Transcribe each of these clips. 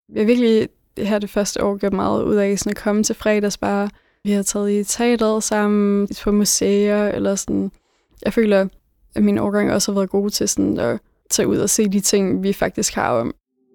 Jeg har virkelig her det første år gjort meget ud af sådan at komme til fredagsbar. Vi har taget i teateret sammen, på museer eller sådan. Jeg føler, at min årgang også har været gode til sådan at tage ud og se de ting, vi faktisk har om.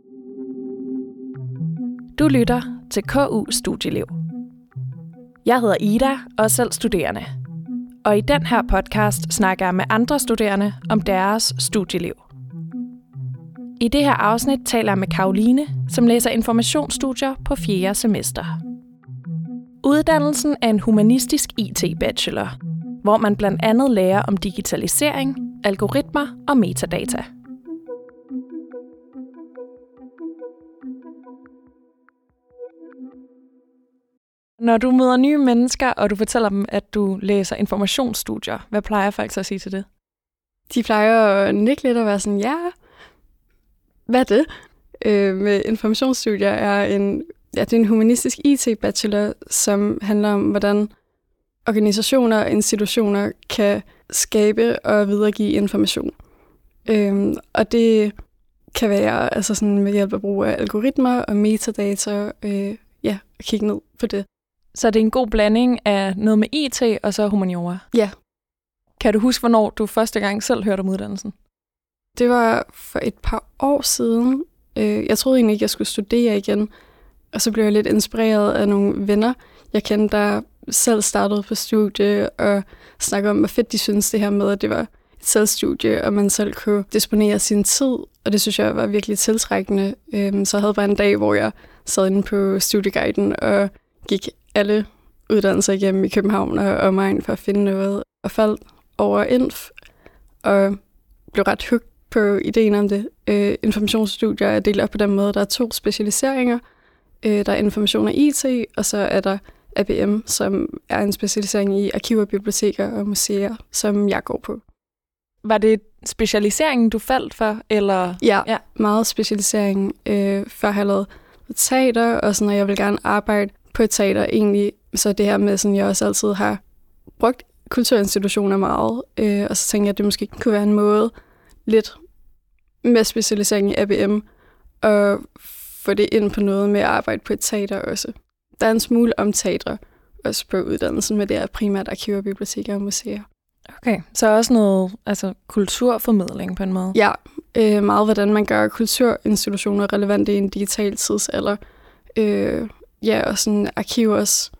Du lytter til KU Studieliv. Jeg hedder Ida og er selv studerende. Og i den her podcast snakker jeg med andre studerende om deres studieliv. I det her afsnit taler jeg med Karoline, som læser informationsstudier på 4. semester. Uddannelsen er en humanistisk IT-bachelor, hvor man blandt andet lærer om digitalisering, algoritmer og metadata. Når du møder nye mennesker, og du fortæller dem, at du læser informationsstudier, hvad plejer folk så at sige til det? De plejer at nikke lidt og være sådan, ja, hvad er det? Med informationsstudier er det er en humanistisk IT-bachelor, som handler om, hvordan organisationer og institutioner kan skabe og videregive information. Og det kan være altså sådan med hjælp af brug af algoritmer og metadata, og kigge ned på det. Så det er en god blanding af noget med IT og så humaniora? Ja. Kan du huske, hvornår du første gang selv hørte om uddannelsen? Det var for et par år siden. Jeg troede egentlig ikke, jeg skulle studere igen. Og så blev jeg lidt inspireret af nogle venner, jeg kendte, der selv startede på studie og snakkede om, hvor fedt de synes det her med, at det var et selvstudie, og man selv kunne disponere sin tid. Og det synes jeg var virkelig tiltrækkende. Så jeg havde bare en dag, hvor jeg sad inde på Studieguiden og gik alle uddannelser igennem i København og omegn for at finde noget. Og faldt over Inf og blev ret hooked på ideen om det. Informationsstudier er delt op på den måde. Der er 2 specialiseringer. Der er information og IT, og så er der ABM, som er en specialisering i arkiver, biblioteker og museer, som jeg går på. Var det specialiseringen, du faldt for? Eller? Ja, meget specialisering. Før har jeg lavet teater, og sådan, og jeg vil gerne arbejde på et teater egentlig. Så det her med, sådan, jeg også altid har brugt kulturinstitutioner meget, og så tænkte jeg, at det måske kunne være en måde lidt med specialisering i ABM, og få det ind på noget med at arbejde på et teater også. Der er en smule om teater også på uddannelsen, men det er primært arkiver, biblioteker og museer. Okay, så også noget kulturformidling på en måde? Ja, meget hvordan man gør kulturinstitutioner relevante i en digital tidsalder. Og sådan arkivers,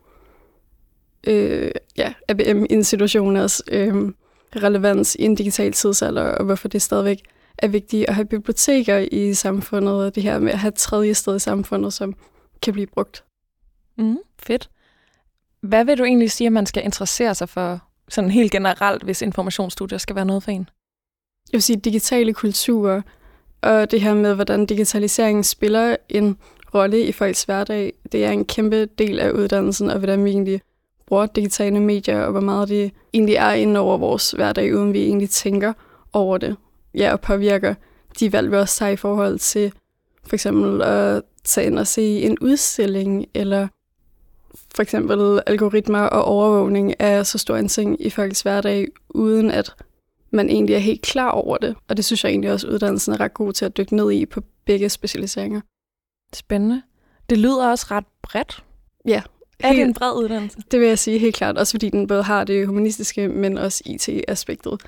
ABM-institutioners relevans i en digital tidsalder, og hvorfor det stadigvæk er vigtigt at have biblioteker i samfundet, og det her med at have et tredje sted i samfundet, som kan blive brugt. Fedt. Hvad vil du egentlig sige, at man skal interessere sig for sådan helt generelt, hvis informationsstudier skal være noget for en? Jeg vil sige digitale kulturer, og det her med, hvordan digitaliseringen spiller en rolle i folks hverdag, det er en kæmpe del af uddannelsen, og hvordan vi egentlig bruger digitale medier, og hvor meget det egentlig er inde over vores hverdag, uden vi egentlig tænker over det. Ja, og påvirker de valg, vi også tager i forhold til for eksempel at tage ind og se en udstilling, eller for eksempel algoritmer og overvågning er så stor en ting i folks hverdag, uden at man egentlig er helt klar over det. Og det synes jeg egentlig også, at uddannelsen er ret god til at dykke ned i på begge specialiseringer. Spændende. Det lyder også ret bredt. Ja. Er det en bred uddannelse? Det vil jeg sige helt klart, også fordi den både har det humanistiske, men også IT-aspektet.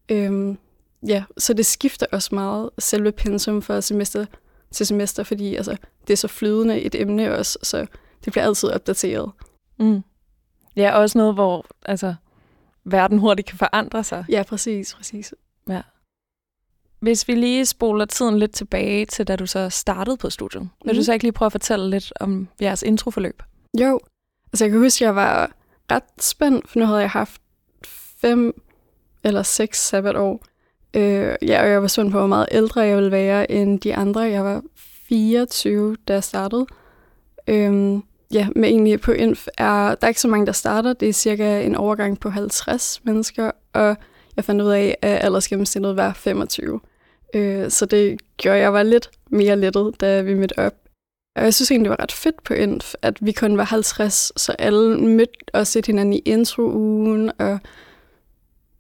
Så det skifter også meget selve pensum fra semester til semester, fordi altså, det er så flydende et emne også, så det bliver altid opdateret. Ja, også noget, hvor verden hurtigt kan forandre sig. Ja, præcis. Ja. Hvis vi lige spoler tiden lidt tilbage til, da du så startede på studiet, vil du så ikke lige prøve at fortælle lidt om jeres introforløb? Jo, jeg kan huske, at jeg var ret spændt, for nu havde jeg haft 5 eller 6 sabbatår. Og jeg var spændt på, hvor meget ældre jeg ville være end de andre. Jeg var 24, da jeg startede. Men egentlig på Inf der er ikke så mange, der starter. Det er cirka en overgang på 50 mennesker, og jeg fandt ud af, at aldersgennemsnittet var 25. Så det gjorde, jeg var lidt mere lettet, da vi mødte op. Og jeg synes egentlig, det var ret fedt på Inf, at vi kun var 50, så alle mødte og set hinanden i intro-ugen, og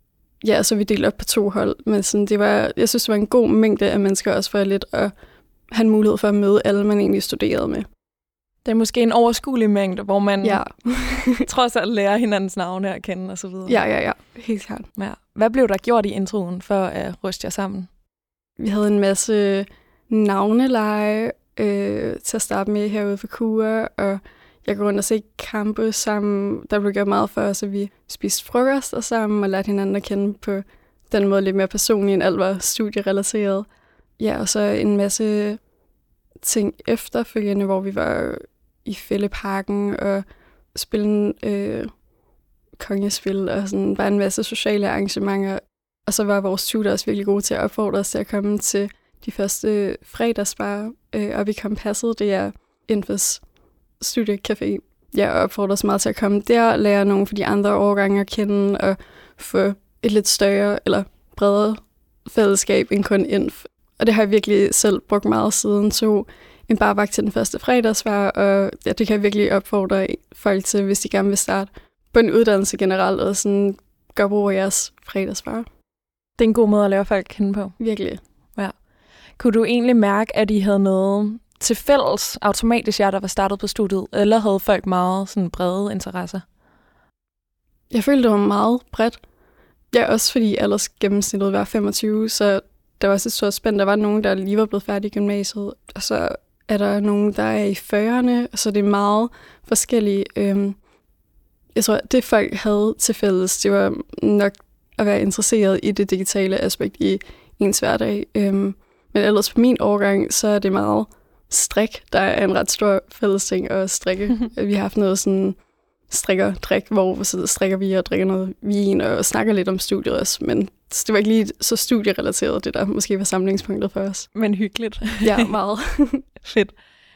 ja, så vi delte op på 2 hold. Men sådan, jeg synes, det var en god mængde af mennesker også for lidt at have en mulighed for at møde alle, man egentlig studerede med. Det er måske en overskuelig mængde, hvor man trods alt lærer hinandens navne at kende og så videre. Ja. Helt klart. Ja. Hvad blev der gjort i introen for at ryste jer sammen? Vi havde en masse navneleje til at starte med herude for KUA, og jeg går rundt og se kampe sammen. Der blev gjort meget for os, at vi spiste frokost sammen og lærte hinanden at kende på den måde lidt mere personligt, end alt var studierelateret. Ja, og så en masse ting efterfølgende, hvor vi var i Fælleparken og spille kongespil og sådan bare en masse sociale arrangementer. Og så var vores tutor også virkelig gode til at opfordre os til at komme til de første fredagsbar op i Kompasset. Det er Infos Studiecafé. Jeg opfordrer os meget til at komme der, lære nogle for de andre årgange at kende og få et lidt større eller bredere fællesskab end kun Inf. Og det har jeg virkelig selv brugt meget siden tog en barvagt til den første fredagsbar, og ja, det kan jeg virkelig opfordre folk til, hvis de gerne vil starte på en uddannelse generelt, og sådan gøre brug af jeres fredagsbar. Det er en god måde at lære folk at kende på. Virkelig. Ja. Kunne du egentlig mærke, at I havde noget til fælles automatisk, jer der var startet på studiet, eller havde folk meget sådan brede interesser? Jeg følte, det var meget bredt. Ja, også fordi aldersgennemsnittet var 25, så der var også et stort spænd. Der var nogen, der lige var blevet færdige i gymnasiet, og så er der nogen, der er i 40'erne, så det er meget forskellige. Jeg tror, det folk havde til fælles, det var nok at være interesseret i det digitale aspekt i ens hverdag. Men ellers på min årgang, så er det meget strik. Der er en ret stor fælles ting at strikke. Vi har haft noget sådan strikker-drik, hvor så strikker vi og drikker noget vin og snakker lidt om studiet også. Men det var ikke lige så studierelateret, det der måske var samlingspunktet for os. Men hyggeligt. Ja, meget. Fedt.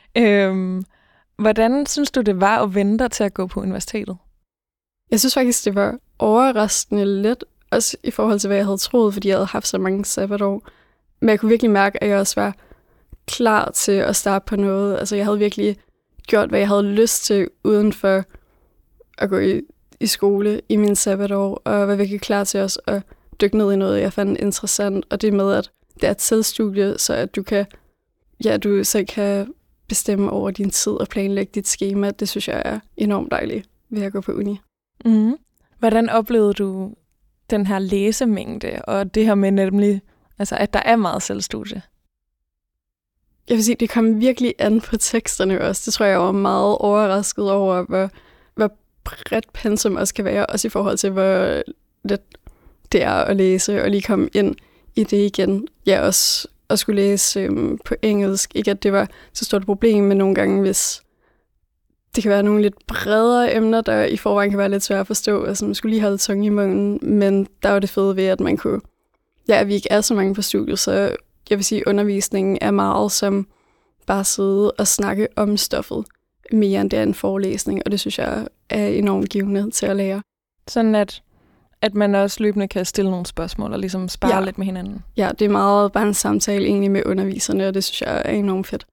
Hvordan synes du, det var at vente dig til at gå på universitetet? Jeg synes faktisk, det var overraskende let, også i forhold til, hvad jeg havde troet, fordi jeg havde haft så mange sabbatår. Men jeg kunne virkelig mærke, at jeg også var klar til at starte på noget. Altså, jeg havde virkelig gjort, hvad jeg havde lyst til, uden for at gå i skole i mine sabbatår, og var virkelig klar til også at dykke ned i noget, jeg fandt interessant. Og det med, at det er et selvstudie, så at du selv kan bestemme over din tid og planlægge dit schema, det synes jeg er enormt dejligt ved at gå på uni. Mm. Hvordan oplevede du den her læsemængde, og det her med nemlig, altså, at der er meget selvstudie? Jeg vil sige, det kom virkelig an på teksterne også. Det tror jeg var meget overrasket over, hvor bredt pensum også kan være, også i forhold til, hvor let det er at læse, og lige komme ind i det igen. Jeg også at skulle læse på engelsk. Ikke at det var så stort et problem, men nogle gange, hvis det kan være nogle lidt bredere emner, der i forvejen kan være lidt svære at forstå, altså man skulle lige holde tungen i munden, men der var det fede ved, at man kunne, at vi ikke er så mange på studiet, så jeg vil sige, at undervisningen er meget som bare sidde og snakke om stoffet, mere end det er en forelæsning, og det synes jeg er enormt givende til at lære. Sådan at man også løbende kan stille nogle spørgsmål og ligesom spare lidt med hinanden. Ja, det er meget bare en samtale egentlig med underviserne, og det synes jeg er enormt fedt.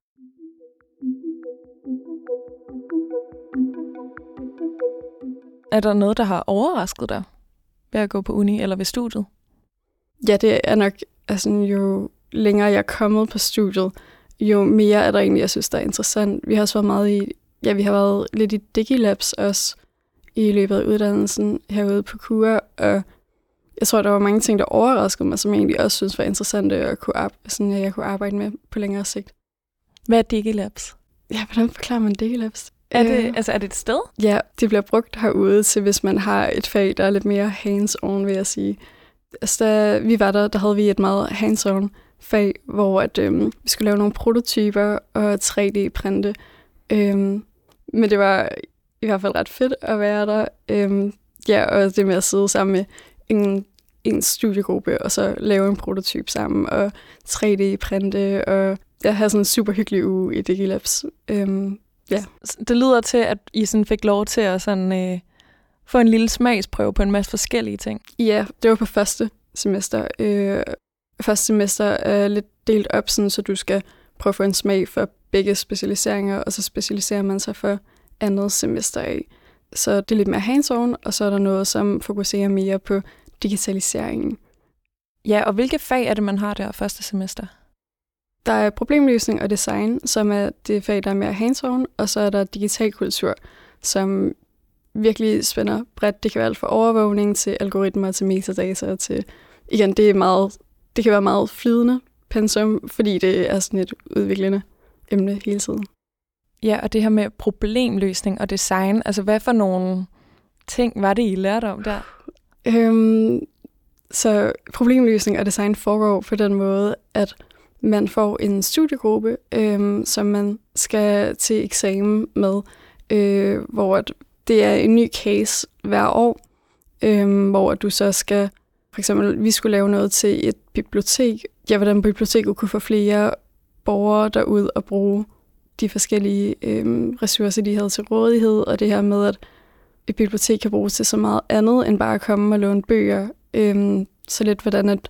Er der noget, der har overrasket dig ved at gå på uni eller ved studiet? Ja, det er nok, altså jo længere jeg er kommet på studiet, jo mere er der egentlig, jeg synes, der er interessant. Vi har også været meget vi har været lidt i Digilabs også i løbet af uddannelsen herude på KUA, og jeg tror, der var mange ting, der overraskede mig, som jeg egentlig også synes var interessante at jeg kunne arbejde med på længere sigt. Hvad er Digilabs? Ja, hvordan forklarer man Digilabs? Er det et sted? Ja, det bliver brugt herude til, hvis man har et fag, der er lidt mere hands-on, vil jeg sige. Altså, da vi var der havde vi et meget hands-on fag, hvor vi skulle lave nogle prototyper og 3D-printe. Men det var i hvert fald ret fedt at være der. Og det med at sidde sammen med en studiegruppe, og så lave en prototyp sammen, og 3D-printe, og jeg havde sådan en super hyggelig uge i Digilabs. Det lyder til, at I sådan fik lov til at sådan, få en lille smagsprøve på en masse forskellige ting. Ja, det var på første semester. Første semester er lidt delt op, sådan, så du skal prøve at få en smag for begge specialiseringer, og så specialiserer man sig for andet semester af. Så det er lidt mere hands-on, og så er der noget, som fokuserer mere på digitaliseringen. Ja, og hvilke fag er det, man har der første semester? Der er problemløsning og design, som er det fag, der er mere hands-on, og så er der digital kultur, som virkelig spænder bredt. Det kan være alt fra overvågning til algoritmer, til metadata, til igen, det kan være meget flydende pensum, fordi det er sådan et udviklende emne hele tiden. Ja, og det her med problemløsning og design, altså hvad for nogle ting var det, I lærte om der? Så problemløsning og design foregår på den måde, at man får en studiegruppe, som man skal til eksamen med, hvor det er en ny case hver år, hvor du så skal, for eksempel, vi skulle lave noget til et bibliotek. Ja, hvordan biblioteket kunne få flere borgere derud og bruge de forskellige ressourcer, de havde til rådighed, og det her med, at et bibliotek kan bruges til så meget andet, end bare at komme og låne bøger. Så lidt hvordan, at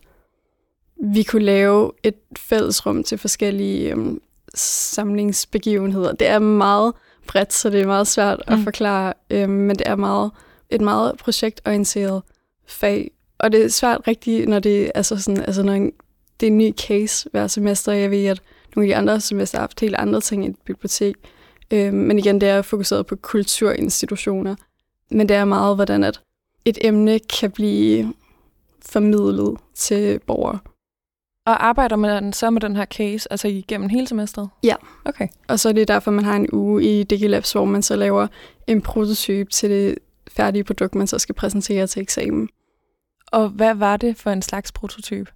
vi kunne lave et fællesrum til forskellige samlingsbegivenheder. Det er meget bredt, så det er meget svært at forklare, men det er et meget projektorienteret fag. Og det er svært rigtigt, når det er når det er en ny case hver semester. Jeg ved, at nogle af de andre semester har haft helt andre ting i et bibliotek. Men igen, det er fokuseret på kulturinstitutioner. Men det er meget, hvordan at et emne kan blive formidlet til borgere. Og arbejder man så med den her case, altså igennem hele semesteret? Ja. Okay. Og så er det derfor, man har en uge i DigiLabs, hvor man så laver en prototype til det færdige produkt, man så skal præsentere til eksamen. Og hvad var det for en slags prototype?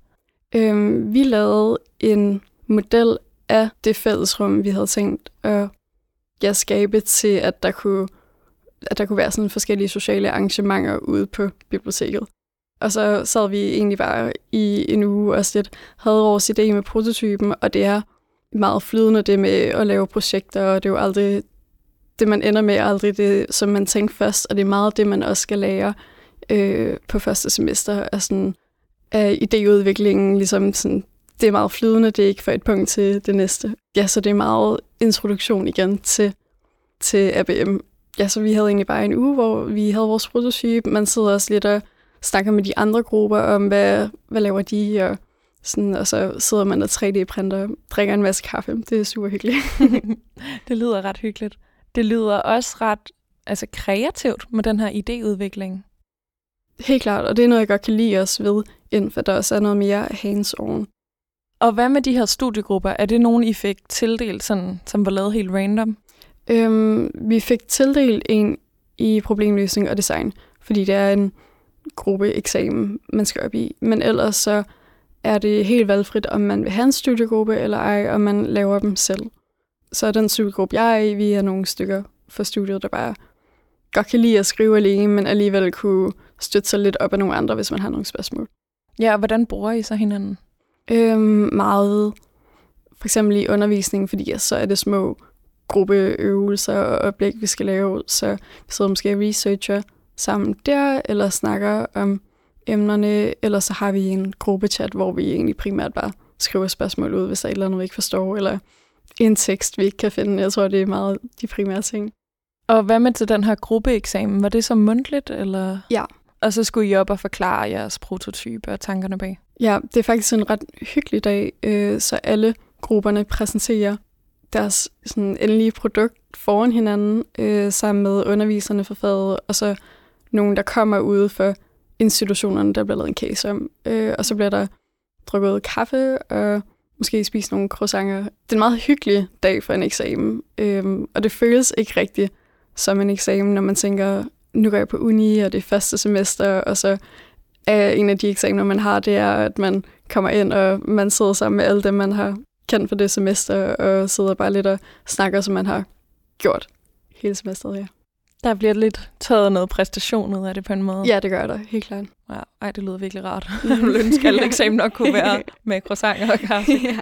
Vi lavede en model af det fællesrum, vi havde tænkt at skabe til, at der kunne være sådan forskellige sociale arrangementer ude på biblioteket. Og så sad vi egentlig bare i en uge og havde vores idé med prototypen, og det er meget flydende det med at lave projekter, og det er jo aldrig det, man ender med, aldrig det, som man tænkte først, og det er meget det, man også skal lære på første semester af idéudviklingen, ligesom sådan, det er meget flydende, det er ikke fra et punkt til det næste. Ja, så det er meget introduktion igen til ABM. Ja, så vi havde egentlig bare en uge, hvor vi havde vores prototype. Man sidder også lidt og snakker med de andre grupper om, hvad laver de, og så sidder man og 3D-printer, drikker en masse kaffe. Det er super hyggeligt. Det lyder ret hyggeligt. Det lyder også ret kreativt med den her idéudvikling. Helt klart, og det er noget, jeg godt kan lide os ved, inden for der også er noget mere hands-on. Og hvad med de her studiegrupper? Er det nogen, I fik tildelt, sådan, som var lavet helt random? Vi fik tildelt en i problemløsning og design, fordi det er en gruppeeksamen, man skal op i. Men ellers så er det helt valgfrit, om man vil have en studiegruppe eller ej, og man laver dem selv. Så den studiegruppe, jeg er i, vi er nogle stykker for studiet, der bare godt kan lide at skrive alene, men alligevel kunne støtte sig lidt op af nogle andre, hvis man har nogle spørgsmål. Ja, og hvordan bruger I så hinanden? Meget for eksempel i undervisningen, fordi så er det små gruppeøvelser og oplæg, vi skal lave, så vi sidder måske og researcher sammen der, eller snakker om emnerne, eller så har vi en gruppechat, hvor vi egentlig primært bare skriver spørgsmål ud, hvis der er et eller andet, vi ikke forstår, eller en tekst, vi ikke kan finde. Jeg tror, det er meget de primære ting. Og hvad med til den her gruppeeksamen? Var det så mundtligt, eller? Ja. Og så skulle I op og forklare jeres prototype og tankerne bag? Ja, det er faktisk en ret hyggelig dag, så alle grupperne præsenterer deres endelige produkt foran hinanden, sammen med underviserne for faget, og så nogen, der kommer ude for institutionerne, der bliver lavet en case om. Og så bliver der drukket kaffe, og måske spise nogle croissanter. Det er en meget hyggelig dag for en eksamen, og det føles ikke rigtigt som en eksamen, når man tænker, nu går jeg på uni, og det er første semester, og så er en af de eksamener, man har, det er, at man kommer ind, og man sidder sammen med alle dem, man har kendt for det semester, og sidder bare lidt og snakker, som man har gjort hele semesteret, ja. Der bliver lidt taget noget præstation ud af det på en måde. Ja, det gør der, helt klart. Ja, ej, det lyder virkelig rart. Jeg ville ønske, alle eksamen nok kunne være med croissanter og kaffe. Ja.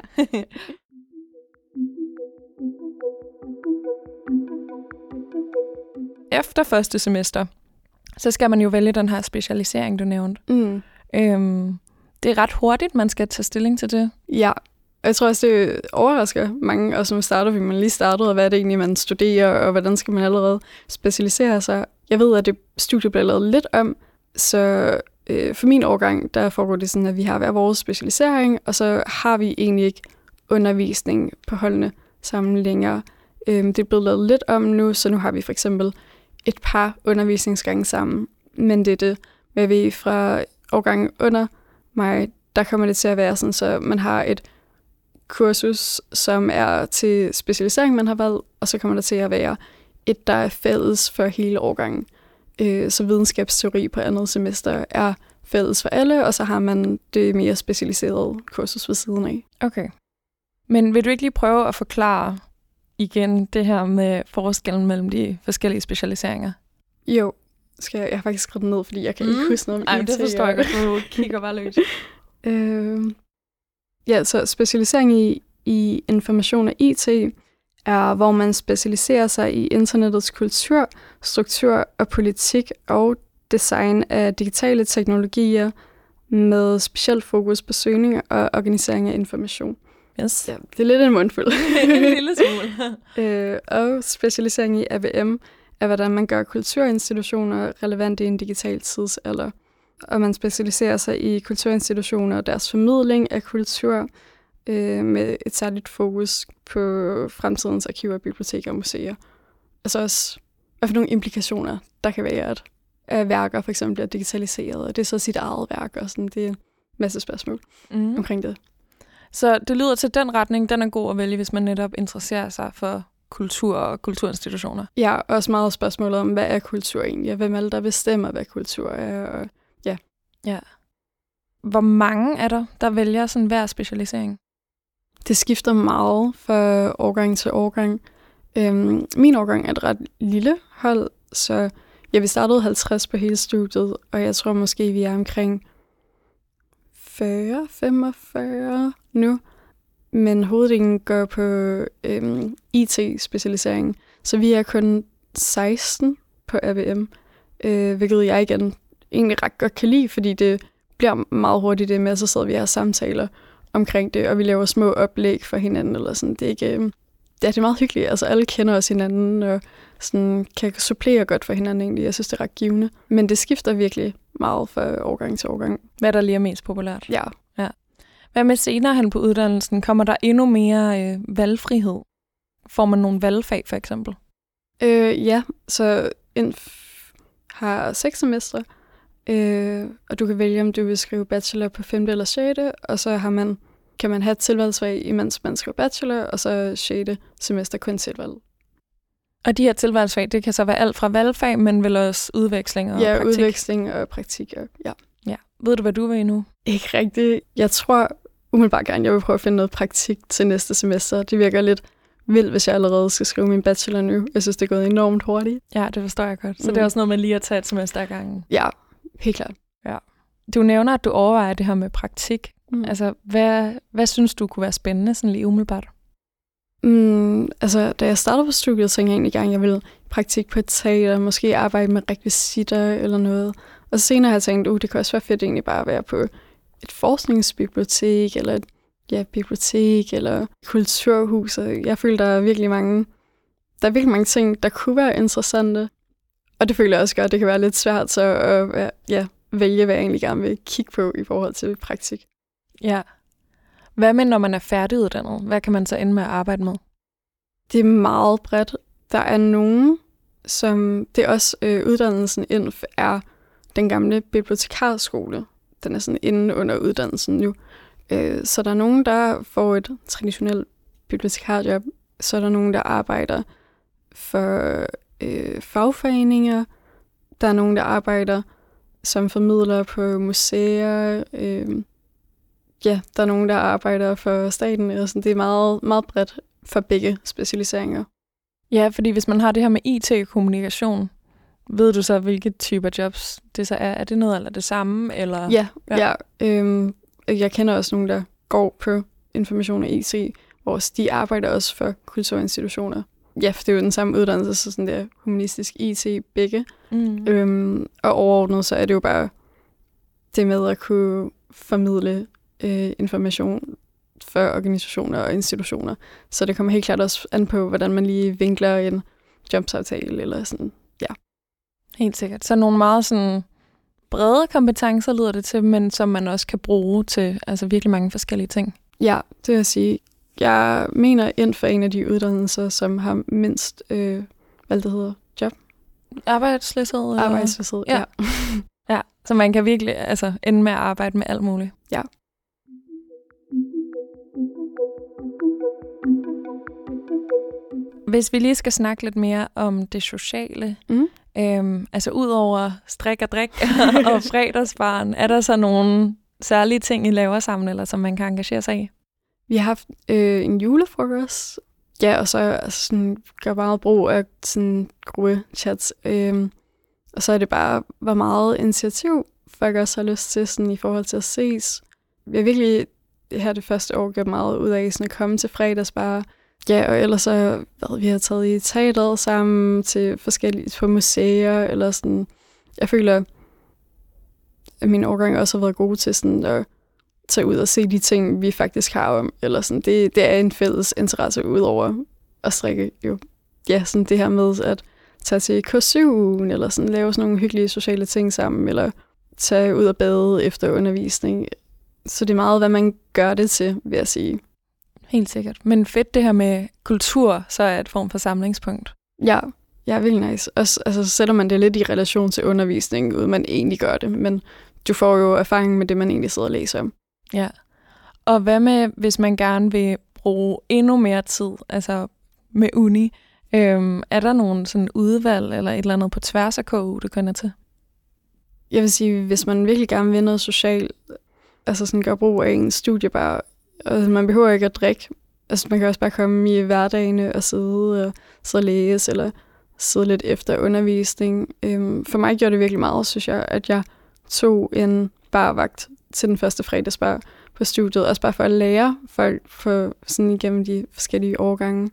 Efter første semester, så skal man jo vælge den her specialisering, du nævnte. Det er ret hurtigt, man skal tage stilling til det. Ja, og jeg tror også, det overrasker mange, og som starter, fordi man lige startede, og hvad er det egentlig, man studerer, og hvordan skal man allerede specialisere sig. Jeg ved, at det studie bliver lavet lidt om, så for min årgang, der foregår det sådan, at vi har hver vores specialisering, og så har vi egentlig ikke undervisning på holdene sammen længere. Det er blevet lavet lidt om nu, så nu har vi for eksempel et par undervisningsgange sammen. Men det er det, hvad vi fra årgangen under mig, der kommer det til at være sådan, så man har et kursus, som er til specialisering, man har valgt, og så kommer der til at være et, der er fælles for hele årgangen. Så videnskabsteori på andet semester er fælles for alle, og så har man det mere specialiserede kursus ved siden af. Okay. Men vil du ikke lige prøve at forklare igen det her med forskellen mellem de forskellige specialiseringer? Jo, jeg har faktisk skrevet ned, fordi jeg kan ikke huske noget om IT. Det forstår jeg godt, du kigger bare løs. Ja, så specialisering i information og IT er, hvor man specialiserer sig i internettets kultur, struktur og politik og design af digitale teknologier med specielt fokus på søgning og organisering af information. Yes. Ja, det er lidt en mundfuld. En lille smule. Og specialisering i ABM er, hvordan man gør kulturinstitutioner relevante i en digital tidsalder. Og man specialiserer sig i kulturinstitutioner og deres formidling af kultur med et særligt fokus på fremtidens arkiver, biblioteker og museer. Altså også, hvad for nogle implikationer der kan være, at værker for eksempel bliver digitaliseret, og det er så sit eget værk, og sådan, det er en masse spørgsmål omkring det. Så det lyder til den retning, den er god at vælge, hvis man netop interesserer sig for kultur og kulturinstitutioner. Ja, også meget spørgsmålet om, hvad er kultur egentlig? Hvem er det, der bestemmer, hvad kultur er? Og ja. Hvor mange er der vælger sådan hver specialisering? Det skifter meget fra årgang til årgang. Min årgang er et ret lille hold, så vi startede 50 på hele studiet, og jeg tror måske, vi er omkring 40-45 nu. Men hoveddelen går på IT-specialisering, så vi er kun 16 på ABM, hvilket jeg igen egentlig ret godt kan lide, fordi det bliver meget hurtigt det med, så sidder vi her og samtaler omkring det, og vi laver små oplæg for hinanden, eller sådan. Det er ikke... det er meget hyggeligt. Altså, alle kender også hinanden, og sådan, kan supplere godt for hinanden egentlig. Jeg synes, det er ret givende. Men det skifter virkelig meget fra årgang til årgang. Hvad der lige er mest populært? Ja. Hvad med senere hen på uddannelsen? Kommer der endnu mere valgfrihed? Får man nogle valgfag, for eksempel? Ja, så har 6 semestre, og du kan vælge, om du vil skrive bachelor på 5. eller 6. Og så kan man have et tilvalgsfag, imens man skriver bachelor, og så 6. semester kun tilvalg. Og de her tilvalgsfag, det kan så være alt fra valgfag, men vel også udveksling og praktik? Ja, udveksling og praktik, ja. Ved du, hvad du vil endnu? Ikke rigtigt. Jeg tror umiddelbart gerne, jeg vil prøve at finde noget praktik til næste semester. Det virker lidt vildt, hvis jeg allerede skal skrive min bachelor nu. Jeg synes, det er gået enormt hurtigt. Ja, det forstår jeg godt. Så det er også noget med lige at tage et semester ad gangen? Ja, helt klart. Ja. Du nævner, at du overvejer det her med praktik. Altså, hvad synes du kunne være spændende, sådan lige umiddelbart? Altså, da jeg startede på studiet, tænkte jeg egentlig gerne, at jeg ville praktik på et teater, måske arbejde med rekvisitter eller noget. Og senere har jeg tænkt, det kan også være fedt egentlig bare at være på et forskningsbibliotek, eller et bibliotek, eller kulturhus. Jeg føler, der er virkelig mange ting, der kunne være interessante. Og det føler jeg også godt, det kan være lidt svært så at vælge, hvad jeg egentlig gerne vil kigge på i forhold til praktik. Ja. Hvad med, når man er færdiguddannet? Hvad kan man så ende med at arbejde med? Det er meget bredt. Der er nogen, som... Det er også uddannelsen inden er den gamle bibliotekarskole. Den er sådan inde under uddannelsen nu. Så der er nogen, der får et traditionelt bibliotekarjob. Så er der nogen, der arbejder for fagforeninger. Der er nogen, der arbejder som formidler på museer. Der er nogen, der arbejder for staten. Og sådan. Det er meget, meget bredt for begge specialiseringer. Ja, fordi hvis man har det her med IT-kommunikation, ved du så, hvilke typer jobs det så er? Er det noget eller det samme? Eller? Ja. Jeg kender også nogen, der går på information og IT, hvor de arbejder også for kulturinstitutioner. Ja, for det er jo den samme uddannelse, så sådan der humanistisk IT begge. Og overordnet, så er det jo bare det med at kunne formidle information for organisationer og institutioner. Så det kommer helt klart også an på, hvordan man lige vinkler en jobsamtale eller sådan, ja. Helt sikkert. Så nogle meget sådan brede kompetencer lyder det til, men som man også kan bruge til altså virkelig mange forskellige ting. Ja, det vil jeg sige. Jeg mener inden for en af de uddannelser, som har mindst, hvad det hedder, job. Arbejdsløshed? Arbejdsløshed, ja. Ja, så man kan virkelig ende med at arbejde med alt muligt. Ja. Hvis vi lige skal snakke lidt mere om det sociale, ud over strik og drik og fredagsbaren, er der så nogle særlige ting, I laver sammen, eller som man kan engagere sig i? Vi har haft en julefrokost, ja, og så sådan, gør meget brug af sådan gruppechats. Og så er det bare, hvor meget initiativ folk også har lyst til sådan, i forhold til at ses. Vi har virkelig her det første år gjort meget ud af sådan, at komme til fredagsbar. Ja, og ellers så vi har taget i teateret sammen til forskellige på museer, eller sådan. Jeg føler, at min årgang også har været gode til sådan at tage ud og se de ting, vi faktisk har om. Eller sådan. Det er en fælles interesse udover at strikke jo. Ja, sådan det her med at tage til kursugen, eller sådan lave sådan nogle hyggelige sociale ting sammen, eller tage ud og bade efter undervisning. Så det er meget, hvad man gør det til, vil jeg sige. Helt sikkert. Men fedt det her med kultur, så er et form for samlingspunkt. Ja, virkelig nice. Også, altså, sætter man det lidt i relation til undervisning, uden man egentlig gør det, men du får jo erfaring med det, man egentlig sidder og læser om. Ja. Og hvad med, hvis man gerne vil bruge endnu mere tid, altså med uni? Er der nogen sådan udvalg eller et eller andet på tværs af KU, du kender til? Jeg vil sige, hvis man virkelig gerne vil noget socialt, altså sådan gør brug af en studiebar, og man behøver ikke at drikke. Altså man kan også bare komme i hverdagene og sidde og læse, eller sidde lidt efter undervisning. For mig gjorde det virkelig meget, synes jeg, at jeg tog en barvagt til den første fredagsbar på studiet, også bare for at lære folk for sådan igennem de forskellige årgange.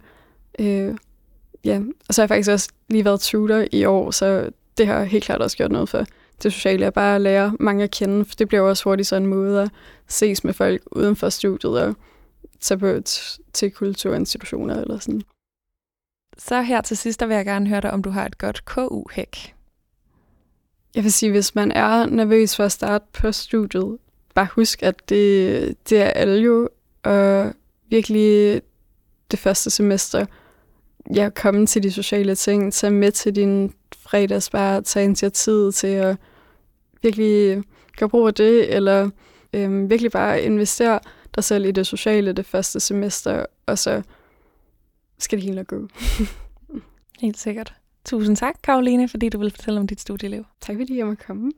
Ja, og så har jeg faktisk også lige været tutor i år, så det har helt klart også gjort noget for det sociale, at bare lære mange at kende, for det bliver også hurtigt sådan en måde at ses med folk uden for studiet og tage på til kulturinstitutioner eller sådan. Så her til sidst, der vil jeg gerne høre dig, om du har et godt KU-hæk. Jeg vil sige, hvis man er nervøs for at starte på studiet, bare husk, at det er alle jo, og virkelig det første semester, komme til de sociale ting, tage med til din fredagsbar, tage initiativ til at virkelig gøre brug af det, eller virkelig bare investere dig selv i det sociale det første semester, og så skal det hele nok gå. Helt sikkert. Tusind tak, Karoline, fordi du ville fortælle om dit studieliv. Tak fordi jeg måtte komme.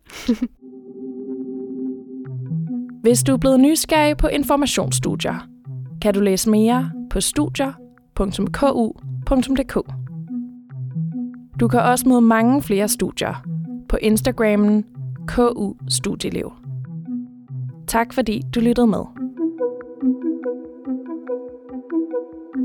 Hvis du er blevet nysgerrig på informationsstudier, kan du læse mere på studier.ku.dk. Du kan også møde mange flere studier på Instagrammen KU Studieliv. Tak fordi du lyttede med.